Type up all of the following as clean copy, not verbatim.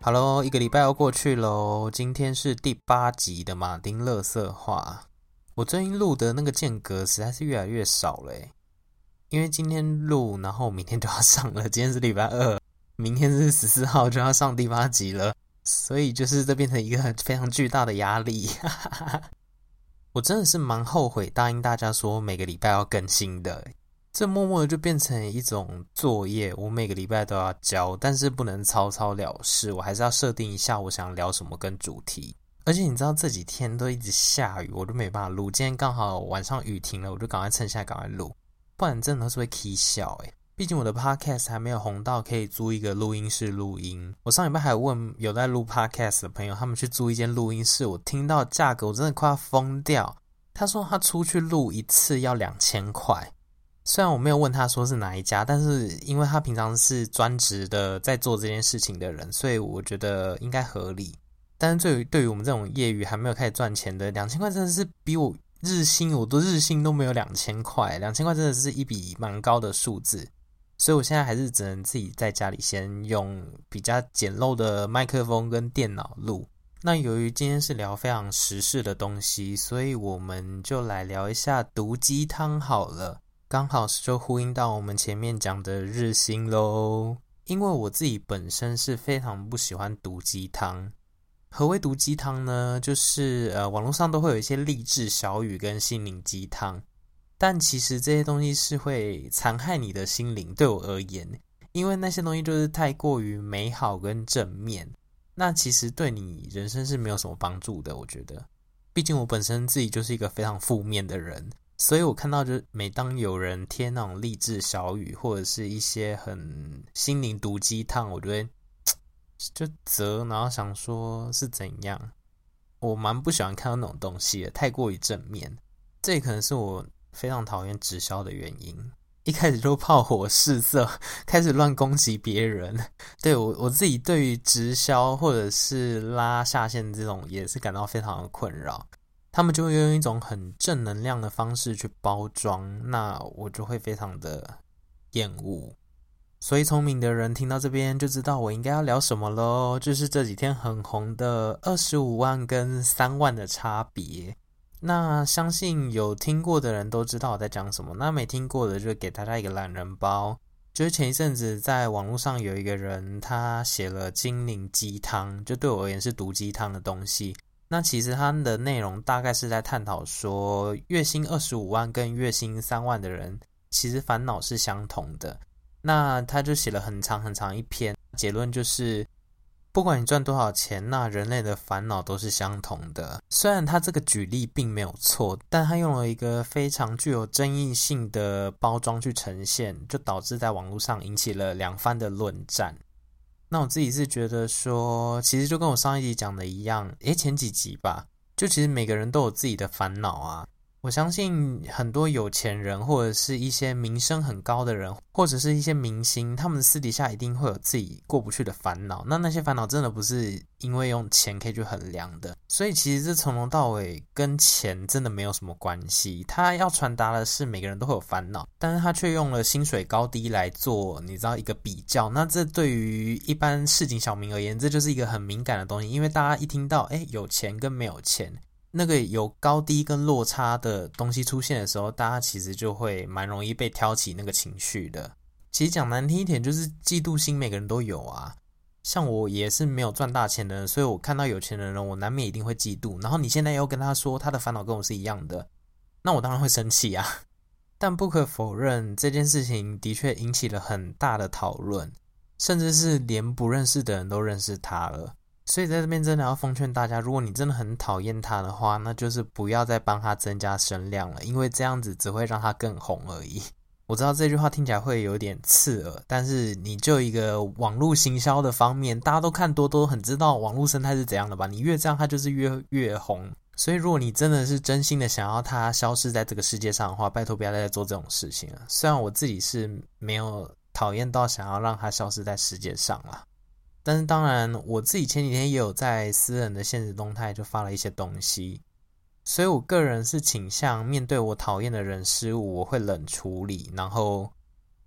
Hello，一个礼拜要过去咯，今天是第8集的马丁垃圾话。我最近录的那个间隔实在是越来越少了因为今天录，然后明天就要上了。今天是礼拜二，明天是14号就要上第8集了，所以就是这变成一个非常巨大的压力。我真的是蛮后悔答应大家说每个礼拜要更新的这默默的就变成一种作业，我每个礼拜都要交，但是不能草草了事，我还是要设定一下我想聊什么跟主题。而且你知道这几天都一直下雨，我都没办法录。今天刚好晚上雨停了，我就赶快趁现在赶快录，不然真的是会起笑毕竟我的 podcast 还没有红到可以租一个录音室录音。我上礼拜还问有在录 podcast 的朋友，他们去租一间录音室，我听到价格我真的快要疯掉。他说他出去录一次要2000块。虽然我没有问他说是哪一家，但是因为他平常是专职的在做这件事情的人，所以我觉得应该合理。但是对于我们这种业余还没有开始赚钱的，2000块真的是比我日薪都没有2000块，2000块真的是一笔蛮高的数字。所以我现在还是只能自己在家里先用比较简陋的麦克风跟电脑录。那由于今天是聊非常时事的东西，所以我们就来聊一下毒鸡汤好了。刚好就呼应到我们前面讲的日薪咯。因为我自己本身是非常不喜欢毒鸡汤。何谓毒鸡汤呢？就是网络上都会有一些励志小语跟心灵鸡汤，但其实这些东西是会残害你的心灵，对我而言，因为那些东西就是太过于美好跟正面，那其实对你人生是没有什么帮助的，我觉得。毕竟我本身自己就是一个非常负面的人，所以我看到就每当有人贴那种励志小语或者是一些很心灵毒鸡汤，我就会就啧，然后想说是怎样。我蛮不喜欢看到那种东西的，太过于正面。这也可能是我非常讨厌直销的原因，一开始就炮火四射，开始乱攻击别人。对，我自己对于直销或者是拉下线这种也是感到非常的困扰。他们就会用一种很正能量的方式去包装，那我就会非常的厌恶。所以聪明的人听到这边就知道我应该要聊什么咯，就是这几天很红的25万跟3万的差别。那相信有听过的人都知道我在讲什么，那没听过的就给大家一个懒人包。就是前一阵子在网络上有一个人他写了心灵鸡汤，就对我而言是毒鸡汤的东西。那其实它的内容大概是在探讨说，月薪25万跟月薪3万的人其实烦恼是相同的。那他就写了很长很长一篇，结论就是不管你赚多少钱，那人类的烦恼都是相同的。虽然他这个举例并没有错，但他用了一个非常具有争议性的包装去呈现，就导致在网络上引起了两番的论战。那我自己是觉得说，其实就跟我上一集讲的一样，前几集吧，就其实每个人都有自己的烦恼啊。我相信很多有钱人或者是一些名声很高的人，或者是一些明星，他们私底下一定会有自己过不去的烦恼，那些烦恼真的不是因为用钱可以去衡量的。所以其实这从头到尾跟钱真的没有什么关系，他要传达的是每个人都会有烦恼，但是他却用了薪水高低来做你知道一个比较。那这对于一般市井小民而言，这就是一个很敏感的东西，因为大家一听到有钱跟没有钱，那个有高低跟落差的东西出现的时候，大家其实就会蛮容易被挑起那个情绪的。其实讲难听一点，就是嫉妒心每个人都有啊。像我也是没有赚大钱的人，所以我看到有钱的人，我难免一定会嫉妒。然后你现在又跟他说他的烦恼跟我是一样的，那我当然会生气啊。但不可否认，这件事情的确引起了很大的讨论，甚至是连不认识的人都认识他了。所以在这边真的要奉劝大家，如果你真的很讨厌他的话，那就是不要再帮他增加声量了，因为这样子只会让他更红而已。我知道这句话听起来会有点刺耳，但是你就一个网络行销的方面，大家都看多多很知道网络生态是怎样的吧，你越这样他就是越红。所以如果你真的是真心的想要他消失在这个世界上的话，拜托不要再做这种事情了。虽然我自己是没有讨厌到想要让他消失在世界上啦，但是当然我自己前几天也有在私人的限时动态就发了一些东西，所以我个人是倾向面对我讨厌的人事物，我会冷处理，然后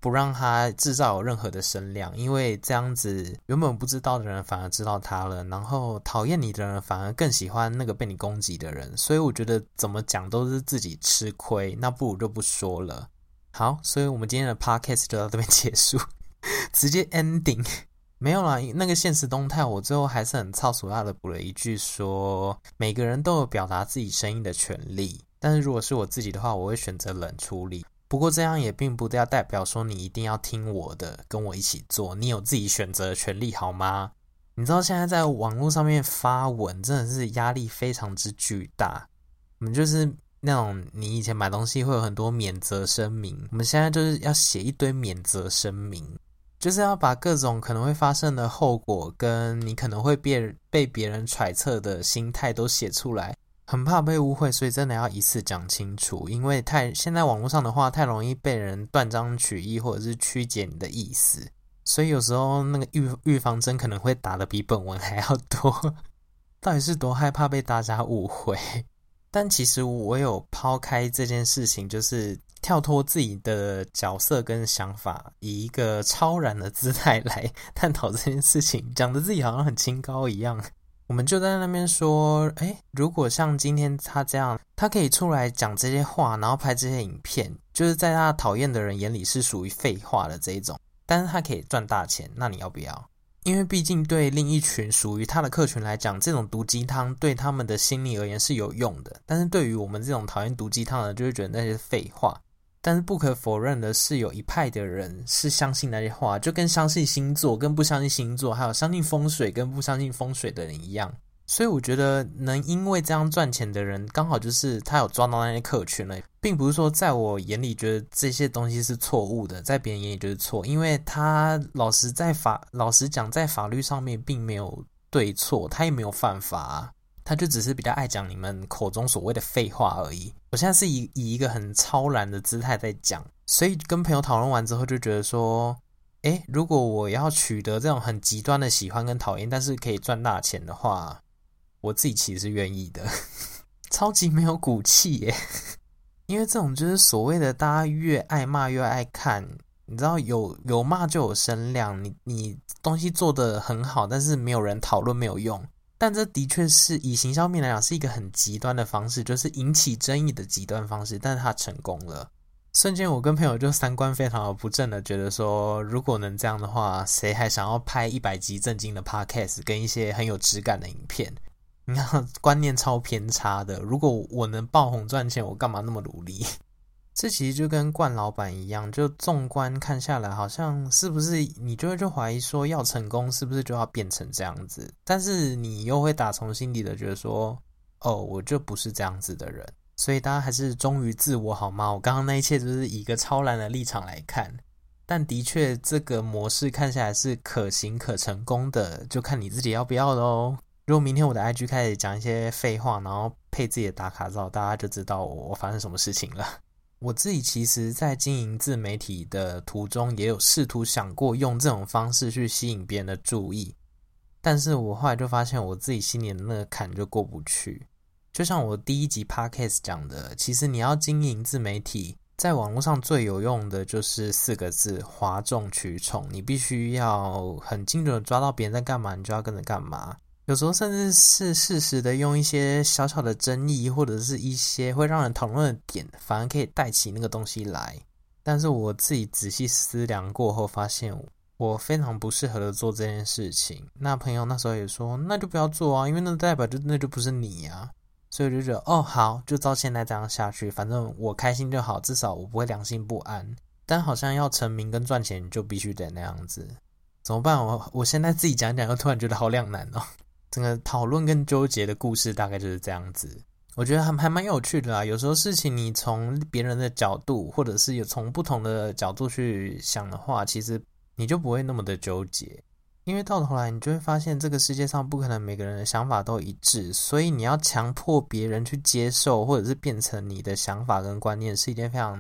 不让他制造有任何的声量，因为这样子原本不知道的人反而知道他了，然后讨厌你的人反而更喜欢那个被你攻击的人，所以我觉得怎么讲都是自己吃亏，那不如就不说了。好，所以我们今天的 podcast 就到这边结束，直接 ending。没有啦，那个现实动态我最后还是很粗俗辣的补了一句说，每个人都有表达自己声音的权利，但是如果是我自己的话，我会选择冷处理。不过这样也并不要代表说你一定要听我的，跟我一起做，你有自己选择的权利好吗？你知道现在在网络上面发文真的是压力非常之巨大，我们就是那种你以前买东西会有很多免责声明，我们现在就是要写一堆免责声明，就是要把各种可能会发生的后果跟你可能会被别人揣测的心态都写出来，很怕被误会，所以真的要一次讲清楚，因为现在网络上的话太容易被人断章取义或者是曲解你的意思，所以有时候那个预防针可能会打得比本文还要多，到底是多害怕被大家误会。但其实我有抛开这件事情，就是跳脱自己的角色跟想法，以一个超然的姿态来探讨这件事情，讲得自己好像很清高一样。我们就在那边说，如果像今天他这样，他可以出来讲这些话，然后拍这些影片，就是在他讨厌的人眼里是属于废话的这一种，但是他可以赚大钱，那你要不要？因为毕竟对另一群属于他的客群来讲，这种毒鸡汤对他们的心理而言是有用的，但是对于我们这种讨厌毒鸡汤的，就会觉得那些废话。但是不可否认的是，有一派的人是相信那些话，就跟相信星座跟不相信星座，还有相信风水跟不相信风水的人一样。所以我觉得能因为这样赚钱的人，刚好就是他有抓到那些客群了，并不是说在我眼里觉得这些东西是错误的，在别人眼里就是错，因为他老实讲，在法律上面并没有对错，他也没有犯法啊，他就只是比较爱讲你们口中所谓的废话而已。我现在是以一个很超然的姿态在讲，所以跟朋友讨论完之后就觉得说，如果我要取得这种很极端的喜欢跟讨厌，但是可以赚大钱的话，我自己其实是愿意的。超级没有骨气耶。因为这种就是所谓的大家越爱骂越爱看，你知道有骂就有声量，你东西做得很好，但是没有人讨论没有用。但这的确是以行销面来讲是一个很极端的方式，就是引起争议的极端方式，但是他成功了。瞬间我跟朋友就三观非常的不正的觉得说，如果能这样的话，谁还想要拍100集正经的 podcast 跟一些很有质感的影片？你看观念超偏差的，如果我能爆红赚钱，我干嘛那么努力？这其实就跟冠老板一样，就纵观看下来，好像是不是你就会怀疑说，要成功是不是就要变成这样子？但是你又会打从心底的觉得说，我就不是这样子的人。所以大家还是忠于自我好吗？我刚刚那一切就是以一个超然的立场来看，但的确这个模式看下来是可行可成功的，就看你自己要不要咯。如果明天我的 IG 开始讲一些废话，然后配自己的打卡照，大家就知道我发生什么事情了。我自己其实在经营自媒体的途中，也有试图想过用这种方式去吸引别人的注意，但是我后来就发现我自己心里的那个坎就过不去。就像我第一集 podcast 讲的，其实你要经营自媒体，在网络上最有用的就是4个字：哗众取宠。你必须要很精准的抓到别人在干嘛，你就要跟着干嘛。有时候甚至是适时的用一些小小的争议，或者是一些会让人讨论的点，反而可以带起那个东西来。但是我自己仔细思量过后，发现我非常不适合的做这件事情。那朋友那时候也说，那就不要做啊，因为那代表那就不是你啊。所以我就觉得，好，就照现在这样下去，反正我开心就好，至少我不会良心不安。但好像要成名跟赚钱，就必须得那样子，怎么办？我现在自己讲讲，又突然觉得好两难哦。整个讨论跟纠结的故事大概就是这样子，我觉得还蛮有趣的啦。有时候事情你从别人的角度，或者是有从不同的角度去想的话，其实你就不会那么的纠结，因为到头来你就会发现这个世界上不可能每个人的想法都一致，所以你要强迫别人去接受或者是变成你的想法跟观念，是一件非常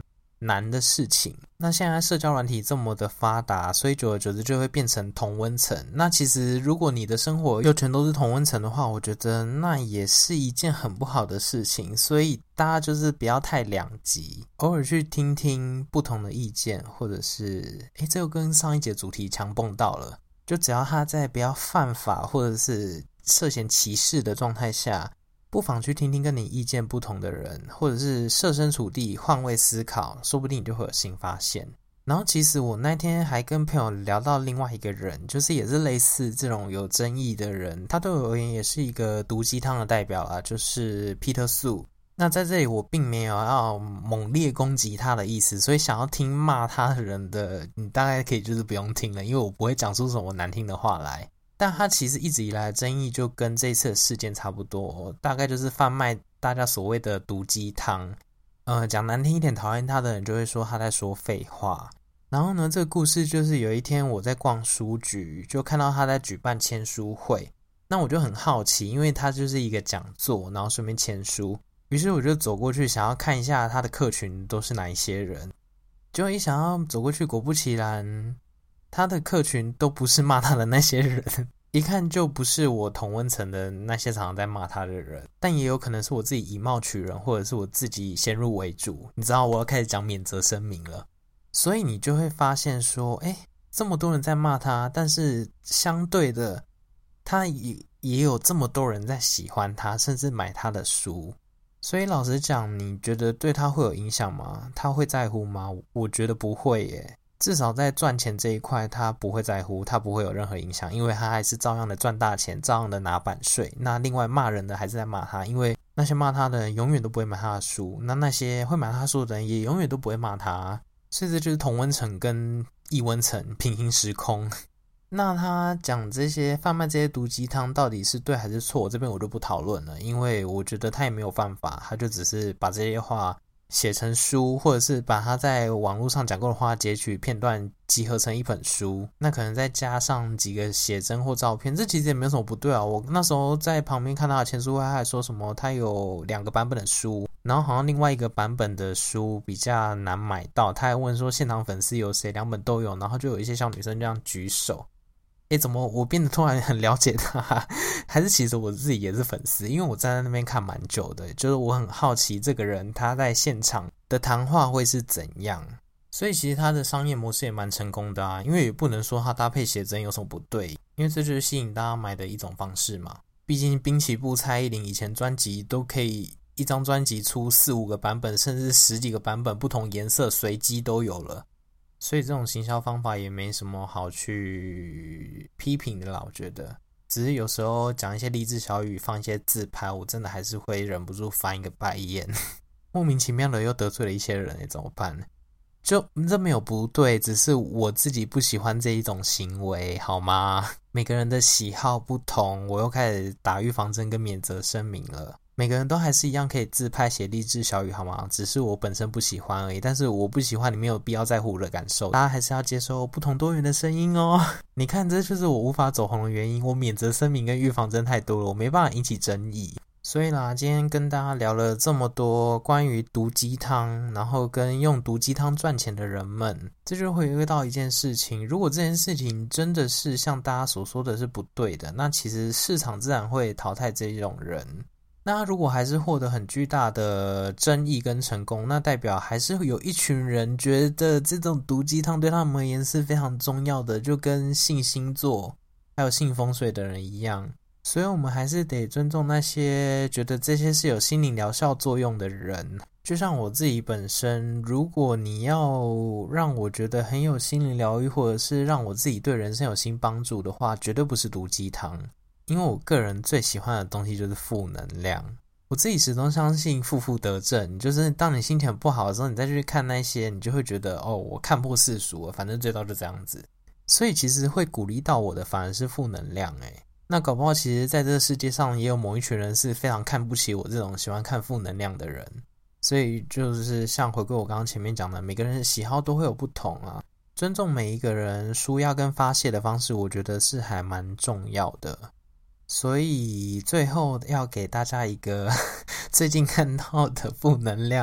难的事情。那现在社交软体这么的发达，所以久而久之就会变成同温层。那其实如果你的生活又全都是同温层的话，我觉得那也是一件很不好的事情。所以大家就是不要太两极，偶尔去听听不同的意见，或者是这又跟上一节主题强蹦到了，就只要他在不要犯法或者是涉嫌歧视的状态下，不妨去听听跟你意见不同的人，或者是设身处地换位思考，说不定你就会有新发现。然后其实我那天还跟朋友聊到另外一个人，就是也是类似这种有争议的人，他对我而言也是一个毒鸡汤的代表啦，就是 Peter Su。那在这里我并没有要猛烈攻击他的意思，所以想要听骂他的人的，你大概可以就是不用听了，因为我不会讲出什么难听的话来。但他其实一直以来的争议就跟这一次的事件差不多，大概就是贩卖大家所谓的毒鸡汤。讲难听一点，讨厌他的人就会说他在说废话。然后呢，这个故事就是有一天我在逛书局，就看到他在举办签书会。那我就很好奇，因为他就是一个讲座，然后顺便签书。于是我就走过去想要看一下他的客群都是哪一些人。结果一想要走过去，果不其然，他的客群都不是骂他的那些人，一看就不是我同温层的那些常常在骂他的人。但也有可能是我自己以貌取人，或者是我自己先入为主。你知道我要开始讲免责声明了，所以你就会发现说，这么多人在骂他，但是相对的，他也有这么多人在喜欢他，甚至买他的书。所以老实讲，你觉得对他会有影响吗？他会在乎吗？我觉得不会耶。至少在赚钱这一块他不会在乎，他不会有任何影响，因为他还是照样的赚大钱，照样的拿版税。那另外骂人的还是在骂他，因为那些骂他的人永远都不会买他的书，那些会买他书的人也永远都不会骂他。所以这就是同温层跟异温层平行时空。那他讲这些贩卖这些毒鸡汤到底是对还是错，这边我就不讨论了，因为我觉得他也没有犯法，他就只是把这些话写成书，或者是把他在网络上讲过的话截取片段集合成一本书，那可能再加上几个写真或照片，这其实也没有什么不对啊。我那时候在旁边看到他的签书会，他还说什么他有2个版本的书，然后好像另外一个版本的书比较难买到，他还问说现场粉丝有谁2本都有，然后就有一些小女生这样举手。怎么我变得突然很了解他？还是其实我自己也是粉丝，因为我站在那边看蛮久的，就是我很好奇这个人他在现场的谈话会是怎样。所以其实他的商业模式也蛮成功的啊，因为也不能说他搭配写真有什么不对，因为这就是吸引大家买的一种方式嘛。毕竟滨崎步、蔡依林以前专辑都可以一张专辑出4-5个版本，甚至10几个版本，不同颜色随机都有了。所以这种行销方法也没什么好去批评的啦，我觉得。只是有时候讲一些励志小语，放一些自拍，我真的还是会忍不住翻一个白眼。莫名其妙的又得罪了一些人，怎么办？就这没有不对，只是我自己不喜欢这一种行为，好吗？每个人的喜好不同，我又开始打预防针跟免责声明了。每个人都还是一样可以自拍写励志小语，好吗？只是我本身不喜欢而已，但是我不喜欢你没有必要在乎我的感受，大家还是要接受不同多元的声音哦。你看，这就是我无法走红的原因，我免责声明跟预防针太多了，我没办法引起争议。所以啦，今天跟大家聊了这么多关于毒鸡汤，然后跟用毒鸡汤赚钱的人们，这就会遇到一件事情，如果这件事情真的是像大家所说的是不对的，那其实市场自然会淘汰这种人。那如果还是获得很巨大的争议跟成功，那代表还是有一群人觉得这种毒鸡汤对他们而言是非常重要的，就跟信星座还有信风水的人一样。所以我们还是得尊重那些觉得这些是有心灵疗效作用的人。就像我自己本身，如果你要让我觉得很有心灵疗愈，或者是让我自己对人生有新帮助的话，绝对不是毒鸡汤。因为我个人最喜欢的东西就是负能量，我自己始终相信负负得正，就是当你心情很不好的时候，你再去看那些，你就会觉得我看破世俗了，反正最多就这样子。所以其实会鼓励到我的反而是负能量那搞不好其实在这个世界上也有某一群人是非常看不起我这种喜欢看负能量的人。所以就是像回归我刚刚前面讲的，每个人的喜好都会有不同啊，尊重每一个人抒压跟发泄的方式，我觉得是还蛮重要的。所以最后要给大家一个最近看到的负能量，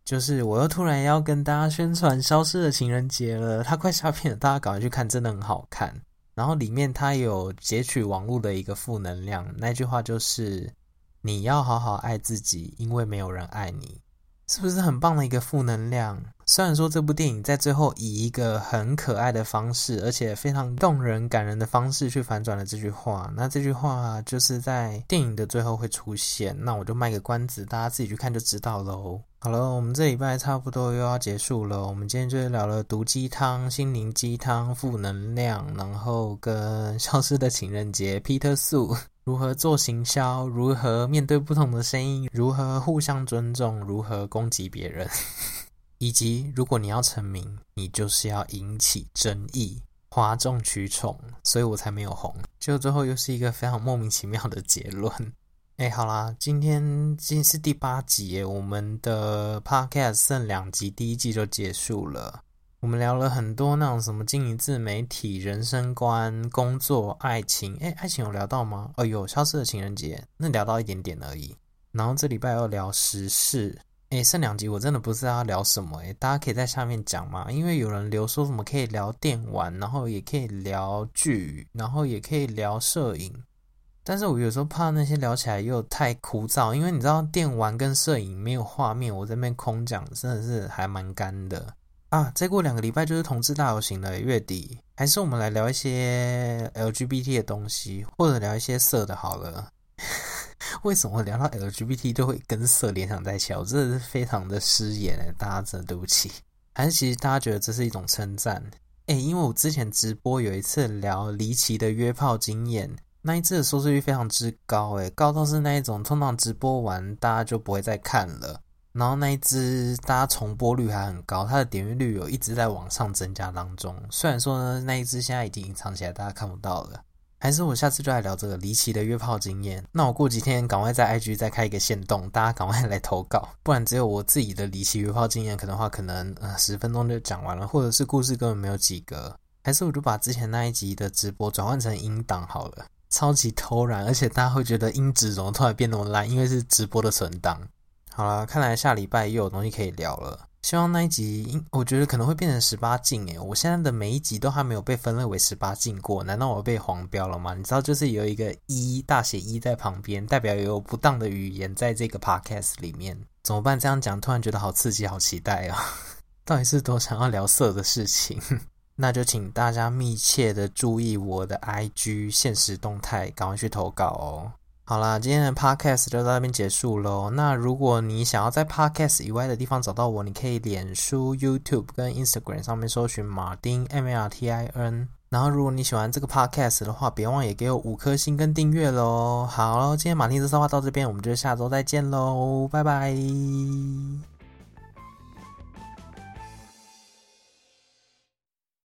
就是我又突然要跟大家宣传《消失的情人节》了，它快下片了，大家赶快去看，真的很好看。然后里面它有截取网络的一个负能量，那句话就是你要好好爱自己，因为没有人爱你。是不是很棒的一个负能量？虽然说这部电影在最后以一个很可爱的方式，而且非常动人感人的方式去反转了这句话，那这句话就是在电影的最后会出现，那我就卖个关子，大家自己去看就知道咯。好了，我们这礼拜差不多又要结束了，我们今天就聊了毒鸡汤、心灵鸡汤、负能量，然后跟消失的情人节、Peter Su如何做行销，如何面对不同的声音，如何互相尊重，如何攻击别人以及如果你要成名，你就是要引起争议，哗众取宠，所以我才没有红。结果最后又是一个非常莫名其妙的结论。好啦，今天是第8集耶，我们的 podcast 剩2集，第1季就结束了。我们聊了很多那种什么经营自媒体、人生观、工作、爱情。爱情有聊到吗？有消失的情人节，那聊到一点点而已。然后这礼拜要聊时事。剩2集我真的不知道要聊什么大家可以在下面讲嘛，因为有人留说什么可以聊电玩，然后也可以聊剧，然后也可以聊摄影。但是我有时候怕那些聊起来又太枯燥，因为你知道电玩跟摄影没有画面，我这边空讲真的是还蛮干的啊。再过2个礼拜就是同志大游行了，月底还是我们来聊一些 LGBT 的东西，或者聊一些色的好了。为什么聊到 LGBT 就会跟色联想在一起？我真的是非常的失言大家真的对不起。还是其实大家觉得这是一种称赞？因为我之前直播有一次聊离奇的约炮经验，那一次的收视率非常之高高到是那一种通常直播完大家就不会再看了，然后那一支大家重播率还很高，它的点阅率有一直在往上增加当中。虽然说呢那一支现在已经隐藏起来，大家看不到了。还是我下次就来聊这个离奇的约炮经验。那我过几天赶快在 IG 再开一个限动，大家赶快来投稿，不然只有我自己的离奇约炮经验可能10分钟就讲完了，或者是故事根本没有几个。还是我就把之前那一集的直播转换成音档好了，超级偷懒，而且大家会觉得音质怎么突然变那么烂，因为是直播的存档。好啦，看来下礼拜又有东西可以聊了。希望那一集我觉得可能会变成18禁我现在的每一集都还没有被分类为18禁过，难道我被黄标了吗？你知道就是有一个大写一在旁边，代表有不当的语言在这个 podcast 里面。怎么办？这样讲突然觉得好刺激好期待到底是多想要聊色的事情那就请大家密切的注意我的 IG 限时动态，赶快去投稿好啦，今天的 podcast 就到这边结束咯。那如果你想要在 podcast 以外的地方找到我，你可以脸书、YouTube 跟 Instagram 上面搜寻马丁 MARTIN。然后如果你喜欢这个 podcast 的话，别忘也给我5颗星跟订阅咯。好，今天马丁这说话到这边，我们就下周再见咯，拜拜。